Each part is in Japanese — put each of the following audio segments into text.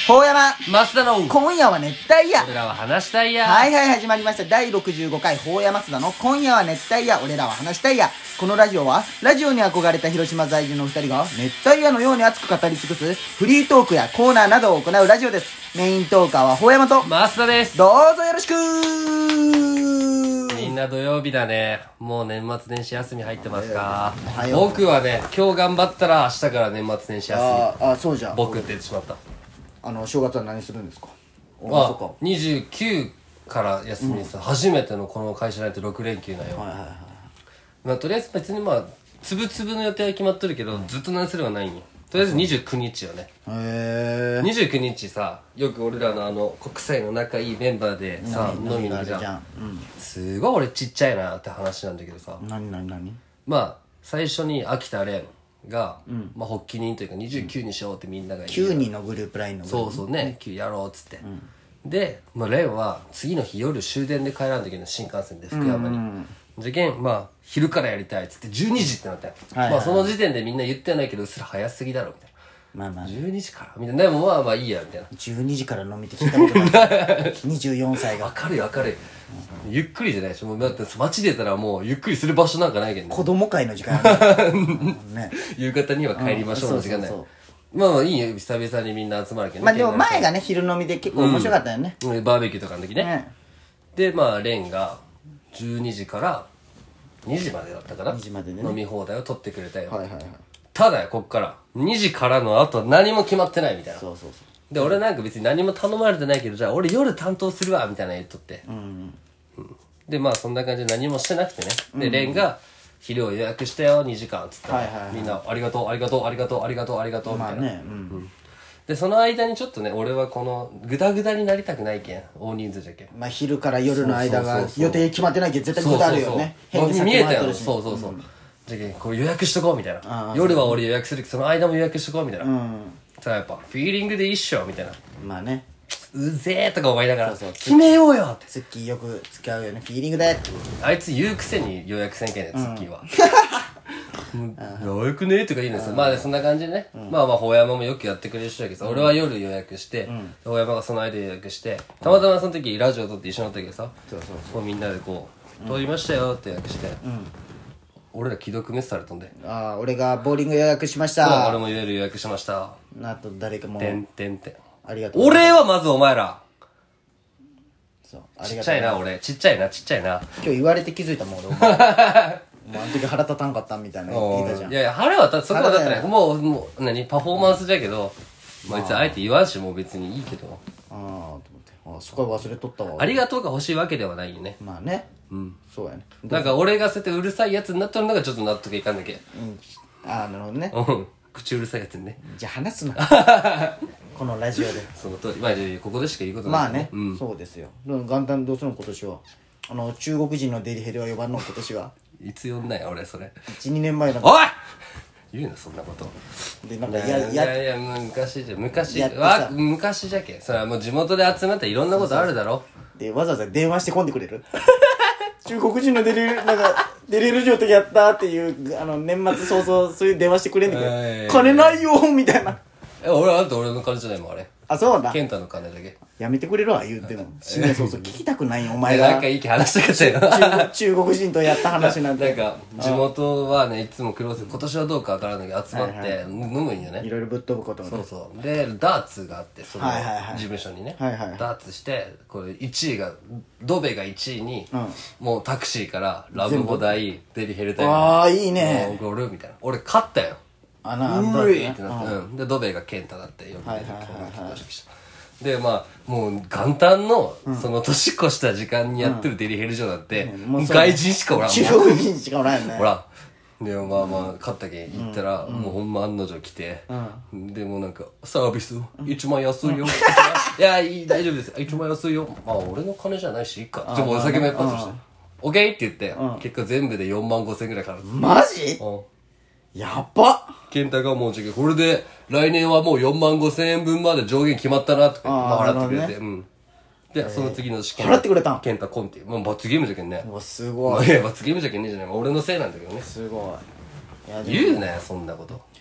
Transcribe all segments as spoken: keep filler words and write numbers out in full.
ほうやま増田の今夜は熱帯夜。 俺らは話したいや。 はいはい、始まりました。だいろくじゅうごかいほうや増田の今夜は熱帯夜、俺らは話したいや。このラジオはラジオに憧れた広島在住のふたりが熱帯夜のように熱く語り尽くすフリートークやコーナーなどを行うラジオです。メイントーカーはほうやまと増田です。 どうぞよろしく。 みんな土曜日だね。もう年末年始休み入ってますか、 えー、 僕はね、今日頑張ったら明日から年末年始休み。 ああ、そうじゃん。 僕って言ってしまった。 あの正月は何するんですか？ ああ、にじゅうきゅうから休みさ、うん、初めてのこの会社なんてろく連休なよ。 はいはいはい。 まあとりあえず別にまあつぶつぶの予定は決まってるけど、うん、ずっと何するはないんよ。とりあえずにじゅうくにちよね。 へえ。 にじゅうくにちさ、よく俺らのあの国際の仲いいメンバーでさ、飲みに行くじゃん。うん、すごい俺ちっちゃいなって話なんだけどさ。 何何何？まあ最初に秋田蓮が、うん、まあ発起人というかにじゅうきゅうにしようってみんなが言う、 きゅうにんのグループラインのグループ、 そうそうね、きゅうやろうっつって、うん、で、まあ、蓮は次の日夜終電で帰らんといけない、新幹線で福山に、うん、受験まあ昼からやりたいっつってじゅうにじってなったよ、はいはいはい、まあその時点でみんな言ってないけどうっすら早すぎだろみたいな、まあまあ、じゅうにじからみたいな、でもまあまあいいやみたいな、 じゅうにじから飲みって聞いたことないにじゅうよんさいが明るい明るい、ゆっくりじゃないし、もうだって街出たらもうゆっくりする場所なんかないけどね、 子供会の時間ね夕方には帰りましょうの時間ない、うん、そうそうそう、まあまあいいよ、久々にみんな集まるけどね。 まあでも前がね、昼飲みで結構面白かったよね、 うん、バーベキューとかの時ね、ね、でまあレンがじゅうにじからにじまでだったから、にじまでね、飲み放題を取ってくれたよ、はいはいはい、ただよ、こっからにじからのあと何も決まってないみたいな。そうそうそう。で、俺なんか別に何も頼まれてないけど、じゃあ俺夜担当するわみたいな言っとって、うんうん、でまあそんな感じで何もしてなくてね、で、うん、レンが昼を予約したよにじかんっつったら、はいはいはい、みんなありがとうありがとうありがとうありがとうありがとうみたいな、まあね、うんうん、でその間にちょっとね、俺はこのグダグダになりたくないけん、大人数じゃけん、まあ昼から夜の間が予定決まってないけん絶対グダるよね、 そうそうそう、見えたよ、そうそうそう、うん、じゃけんこう予約しとこうみたいな、夜は俺予約するけどその間も予約しとこうみたいな、うん、さあやっぱフィーリングでいいっしょみたいな、まあね、うぜーとか思いながら、そうそう決めようよって、 ツッキーよく使うよね、フィーリングで、 あいつ言うくせに予約せんけんね、ツッキーは、うん、予約ねーとか言うんですよ。まあそんな感じでね、うん、まあまあほうやまもよくやってくれる人だけどさ、うん、俺は夜予約して、ほうやまがその間予約して、たまたまその時ラジオ撮って一緒になったけどさ、そうそうそう、みんなでこう撮りましたよって予約して、うん、俺ら既読メッセされたんで、 ああ、俺がボーリング予約しました、 俺も夜予約しました、 あと誰かもてんてんてん、 ありがとう、 俺はまずお前ら、 そうちっちゃいな、俺ちっちゃいなちっちゃいな、 今日言われて気づいたもん俺もうあの時腹立たんかったみたいな言ってたじゃん。 いやいや、腹はたそこはだったらもうもう何パフォーマンスじゃけど、まあいつあえて言わんしもう別にいいけど、 ああと思って、あそこは忘れとったわ、 ありがとうが欲しいわけではないよね。 まあね、うん、そうやね、 なんか俺がそうやってうるさいやつになっとるのがちょっと納得いかんだけ、 うん、ああなるほどね、 うん、口うるさいやつにね、 じゃあ話すなこのラジオでその通り、まあここでしか言うことない、 まあね、うん、そうですよ。元旦どうするの今年は、あの中国人のデリヘルは呼ばんの今年は。 いつ呼んだよ俺それ、 いち、にねんまえだもん。おい言うなそんなことで、なんかやいやいや昔じゃ昔わ昔じゃけ、それはもう地元で集まったらいろんなことあるだろ。 でわざわざ電話してこんでくれる中国人のデリヘルなんかデリヘル嬢とやったっていうあの年末早々そういう電話してくれんでくれ、金ないよみたいな、 え俺あんた俺の金じゃないもんあれ、 あ、そうだ。 健太の金だけ。 やめてくれるわ、言うても。新年早々聞きたくないよ、お前が。 なんかいい気話したかったよ。 中国人とやった話なんて。 なんか、地元はね、いつも苦労する。今年はどうかわからないけど、集まって飲むんよね。 いろいろぶっ飛ぶこともね。 そうそう。で、ダーツがあって、その、事務所にね。ダーツして、これいちいが、ドベがいちいに、もうタクシーからラブホ代、デリヘル代。 ああ、いいね。 ゴルみたいな。俺勝ったよ。 あな、 うるいってなって。うん。で、ドベがケンタだってよく。はいはいはいはい。でまあもう元旦の、うん、その年越した時間にやってるデリヘル嬢なんて、うん、外人しかおらん、 中国人しかおらんよね、 ほらでまあまあ勝ったけん行ったら、うん、もうほんま案の定来て、うん、でもなんかサービスいちまん安いよ、いやいい大丈夫ですいちまん安いよ、まあ俺の金じゃないしいいか、ちょっとお酒もやっぱとしてオッケーって言って、うん、結果全部でよんまんごせんぐらいから、 マジ、うん、やっば健太がもうじゃこれで来年はもうよんまんごせんえんぶんまで上限決まったなとかまあ払ってくれて、ね、うんで、その次の試験払ってくれたん健太コンっていうまあ罰ゲームじゃけんね、 うわすごい、 まあ、いや罰ゲームじゃけんねえじゃない、俺のせいなんだけどね、 すごい、 いや言うなよそんなこと、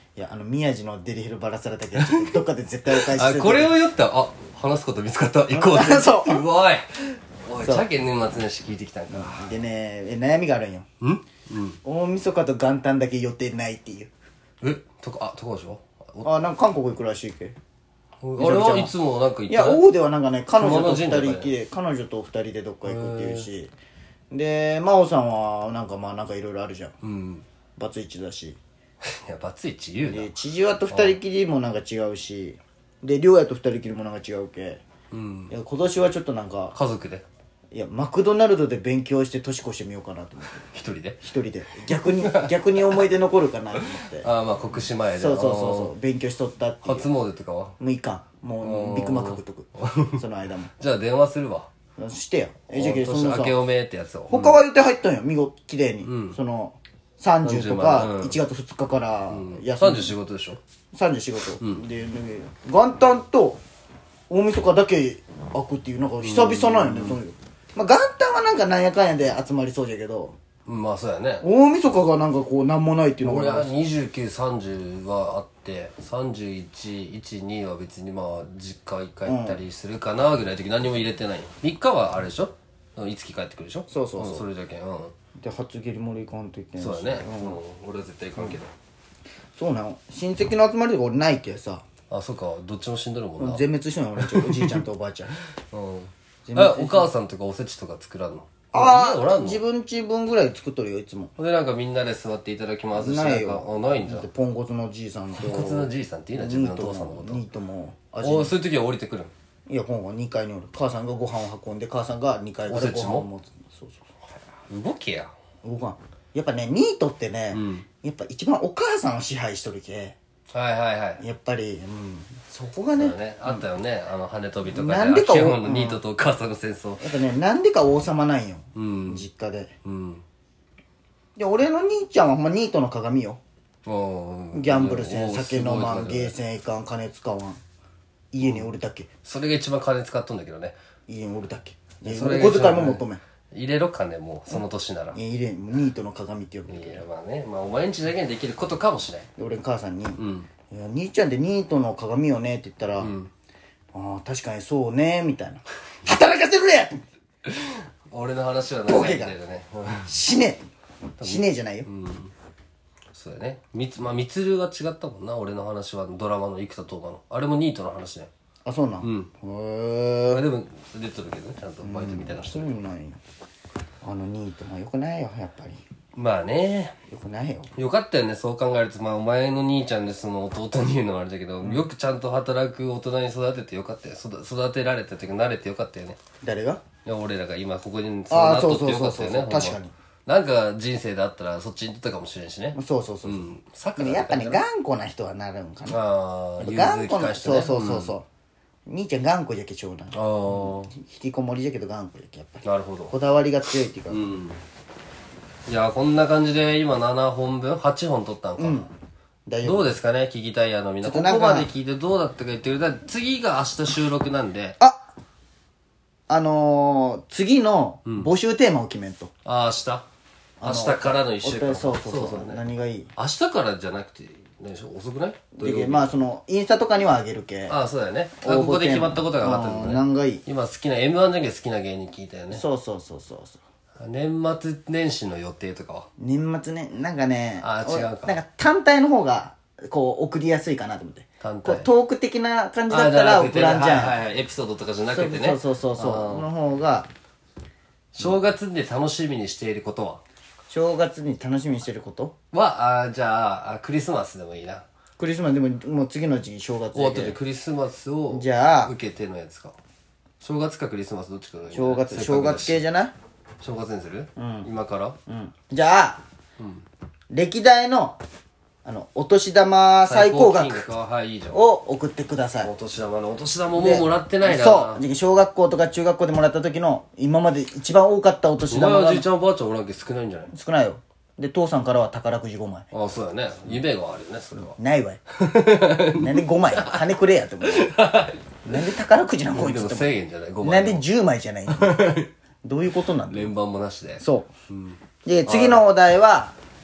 いやあの宮地のデリヘルバラされたけどちょっとどっかで絶対お返ししてあこれを言ったらあ話すこと見つかった行こうってそううわいおいチャケ年末年始聞いてきたんかでねえ悩みがあるんよ。 んうん大晦日と元旦だけ予定ないっていう。 えとかあとかでしょあなんか韓国行くらしいけ。 あれはいつもなんか言っていや王ではなんかね彼女と二熊野神社人きり彼女と二人でどっか行くっていうしで真央さんはなんかまあなんかいろいろあるじゃん。 うんバツイチだしいやバツイチ言うなで千々和と二人きりもなんか違うしで亮也と二人きりもなんか違うけ、うん、いや今年はちょっとなんか家族でいやマクドナルドで勉強して年越してみようかなと思って一人で一人で逆に逆に思い出残るかなと思ってああまあ国試前でそうそうそうそう勉強しとったっていう初詣とかはもういかんもうビッグマック食っとくその間もじゃあ電話するわしてやえじゃあそのさ年明けおめってやつを他は予定入ったんよ見事綺麗に、うん、そのさんじゅうとかいちがつふつかから休み、うん、さんじゅう仕事でしょさんじゅう仕事、うん、で元旦と大晦日だけ開くっていうなんか久々なんよね、うん、そのまあ元旦はなんかなんやかんやで集まりそうじゃけどまあそうやね大晦日がなんかこうなんもないっていうのが俺はにじゅうく、さんじゅうはあってさんじゅういち、いち、には別にまあ実家一回行ったりするかなぐらいの時何も入れてないみっかはあれでしょいつき帰ってくるでしょそうそうそう、 うん、それだけうんで初蹴り盛り行かんといけないしそうだね、うん、俺は絶対行かんけど、うん、 そうなの親戚の集まりとか俺ないけさあそうかどっちも死んどるもんな全滅したのよ俺おじいちゃんとおばあちゃんうんあお母さんとかおせちとか作らんのああ自分ち分ぐらい作っとるよいつもでなんかみんなで座っていただきますしないよあないんじゃんポンコツのじいさんとポンコツのじいさんっていいな自分の父さんのことニートもおそういう時は降りてくるんいや本がにかいにおる母さんがご飯を運んで母さんがにかいからご飯を持つそうそう動けや動かんやっぱねニートってね、うん、やっぱ一番お母さんを支配しとるけはいはいはいやっぱり、うん、そこがねねあったよね、うん、あの羽飛びとかでなんでかのニートとお母さんの戦争、 うん、やっぱねなんでか王様なんよ、うん、実家で、うん、で俺の兄ちゃんはほんまニートの鏡よギャンブルせん酒飲まんゲーセンいかん金使わん家におるだけ、うん、 それが一番金使っとんだけどね家におるだけお小遣いも求めん入れろ金もうその年なら、 うん、いや入れんニートの鏡って呼ぶいやまあねまあお前んちだけにできることかもしれんで俺の母さんに、うん、いや兄ちゃんってニートの鏡よねって言ったら、うん、ああ確かにそうねみたいな働かせるや俺の話はないみたいだね死ね死ねじゃないよ、うん、 そうだねみつまあみつるは違ったもんな俺の話はドラマの生田斗真のあれもニートの話ねあそうなん、うん、へえでも出とるけどねちゃんとバイトみたいな人、 うん、そうなんやあのニートもよくないよやっぱりまあねよくないよよかったよねそう考えるとまあお前の兄ちゃんでその弟に言うのはあれだけど、うん、よくちゃんと働く大人に育ててよかったよ育てられたというか慣れてよかったよね誰がいや俺らが今ここにそうなっとってよかったよね確かになんか人生であったらそっちに行ってたかもしれんしねそうそうそうそう、うん、でもやっぱね頑固な人はなるんかなああ頑固な人、ね、そうそうそうそう、うん、兄ちゃん頑固じゃけ長男ああ、うん、引きこもりじゃけど頑固じゃけやっぱりなるほどこだわりが強いっていうか、うん、 いやこんな感じで今ななほんぶんはちほん撮ったんか、うん、大丈夫どうですかね聞きたいあのみんなここまで聞いてどうだったか言ってくれたら次が明日収録なんでああのー、次の募集テーマを決めんと、うん、 ああ明日明日からのいっしゅうかんそうそうそうそう、ね、何がいい明日からじゃなくて何でしょ遅くないでまあそのインスタとかにはあげるけああそうだよねここで決まったことが分かったんだね何がいい今好きな エムワン じゃけ好きな芸人聞いたよねそうそうそうそうそう年末年始の予定とかは年末ねなんかねああ違うかなんか単体の方がこう送りやすいかなと思って単体トーク的な感じだったら送らんじゃん、 はいはいはい、エピソードとかじゃなくてねそうそうそうそうその方が正月で楽しみにしていることは正月に楽しみにしてることはあじゃあクリスマスでもいいなクリスマスでももう次の時期正月終わったでクリスマスをじゃあ受けてのやつか正月かクリスマスどっちかがいい正月正月系じゃない正月にする、うん、今から、 うん、じゃあ、うん、歴代のあのお年玉最高額を送ってください。 お年玉のお年玉ももうもらってないな。 そう小学校とか中学校でもらった時の今まで一番多かったお年玉がお前はじいちゃんおばあちゃんおらんけ少ないんじゃない少ないよ。で父さんからは宝くじごまい。 ああそうだね夢があるよねそれはないわいなんでごまい金くれやって思うなんで宝くじなのこいつってでもせんえんじゃないごまいなんでじゅうまいじゃないどういうことなんだ連番もなしでそう、うん、で次のお題は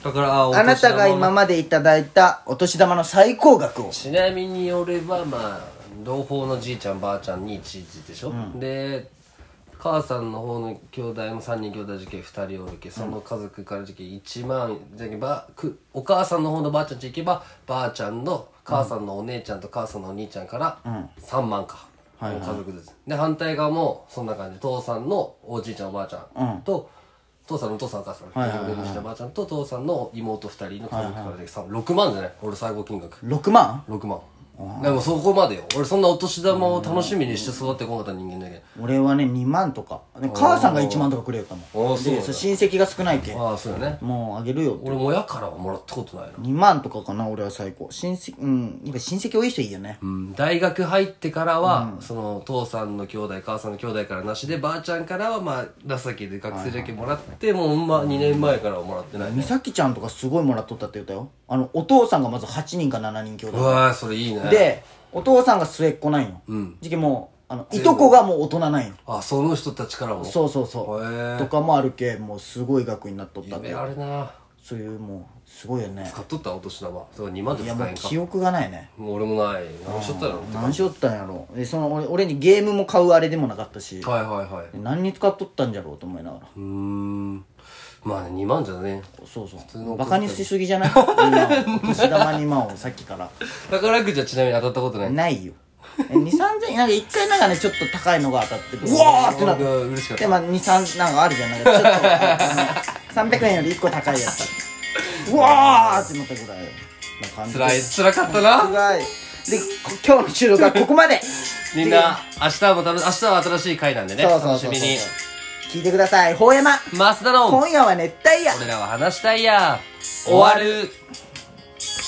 だから、 あなたが今までいただいたお年玉の最高額を。 ちなみによれば、まあ、両方のじいちゃんばあちゃんにいちいちでしょ、うん、で、母さんの方の兄弟もさんにん兄弟じけふたりおるけ、その家族からじけいちまんじゃけば、お母さんの方のばあちゃんち行けば、ばあちゃんの母さんのお姉ちゃんと母さんのお兄ちゃんからさんまんか、うん、家族ずつ、で反対側もそんな感じ、父さんのおじいちゃんおばあちゃんと、うん、父さんのお父さんお母さん、はいはいはい、おばあちゃんと父さんの妹ふたりの家族からでさ、はいはい、ろくまんじゃない俺最後金額ろくまん ? ろく 万でもそこまでよ。俺そんなお年玉を楽しみにして育ってこなかった人間だけど。 俺はねにまんとか。母さんがいちまんとかくれるかも。で、そう親戚が少ないけ。 ああ、そうよね。 もうあげるよって。 俺も親からはもらったことないな。 にまんとかかな、俺は最高。親戚、うん。やっぱ親戚多い人いいよね。 うん。大学入ってからは、うん、その父さんの兄弟、母さんの兄弟からなしで、ばあちゃんからはまあ、ラサキで学生だけもらって、はいはい、もうまあにねんまえからはもらってない、ね。 美咲ちゃんとかすごいもらっとったって言ったよ。あの、お父さんがまずはちにんかしちにん兄弟。 うわー、それいいね。 で、お父さんが末っ子なんよ。うん。じきもう、あの、いとこがもう大人なんよ。 あ、その人たちからもそうそうそう。へとかもあるけ、もうすごい額になっとったんで。 夢あるな。 そういう、もう、すごいよね。 使っとったお年玉。それにまんで使えんか。いや、もう記憶がないね。 もう俺もない。何しよったんやろ。 何しよったんやろ。で、その、俺、俺にゲームも買うあれでもなかったし。 はいはいはい。 何に使っとったんじゃろうと思いながら。 うーん。まあね、にまんじゃね。 そうそう。普通のバカにしすぎじゃないお年玉にまんをさっきから。 宝くじはちなみに当たったことない？ ないよ。に、さんぜんえん、なんか一回なんかね、ちょっと高いのが当たって、うわーってなって。 嬉しかった。 で、まあ、に、さん、なんかあるじゃん。なんかちょっと、さんびゃくえんよりいっこ高いやつ。うわーってなったぐらいな感じ。 辛い、辛かったな。 辛い。で、今日の収録はここまで。 みんな、明日も楽し、明日は新しい回なんでね。 そうそうそう。楽しみに。聞いてください。ほうやま。 増田の。 今夜は熱帯夜。 俺らは話したいや。終わる。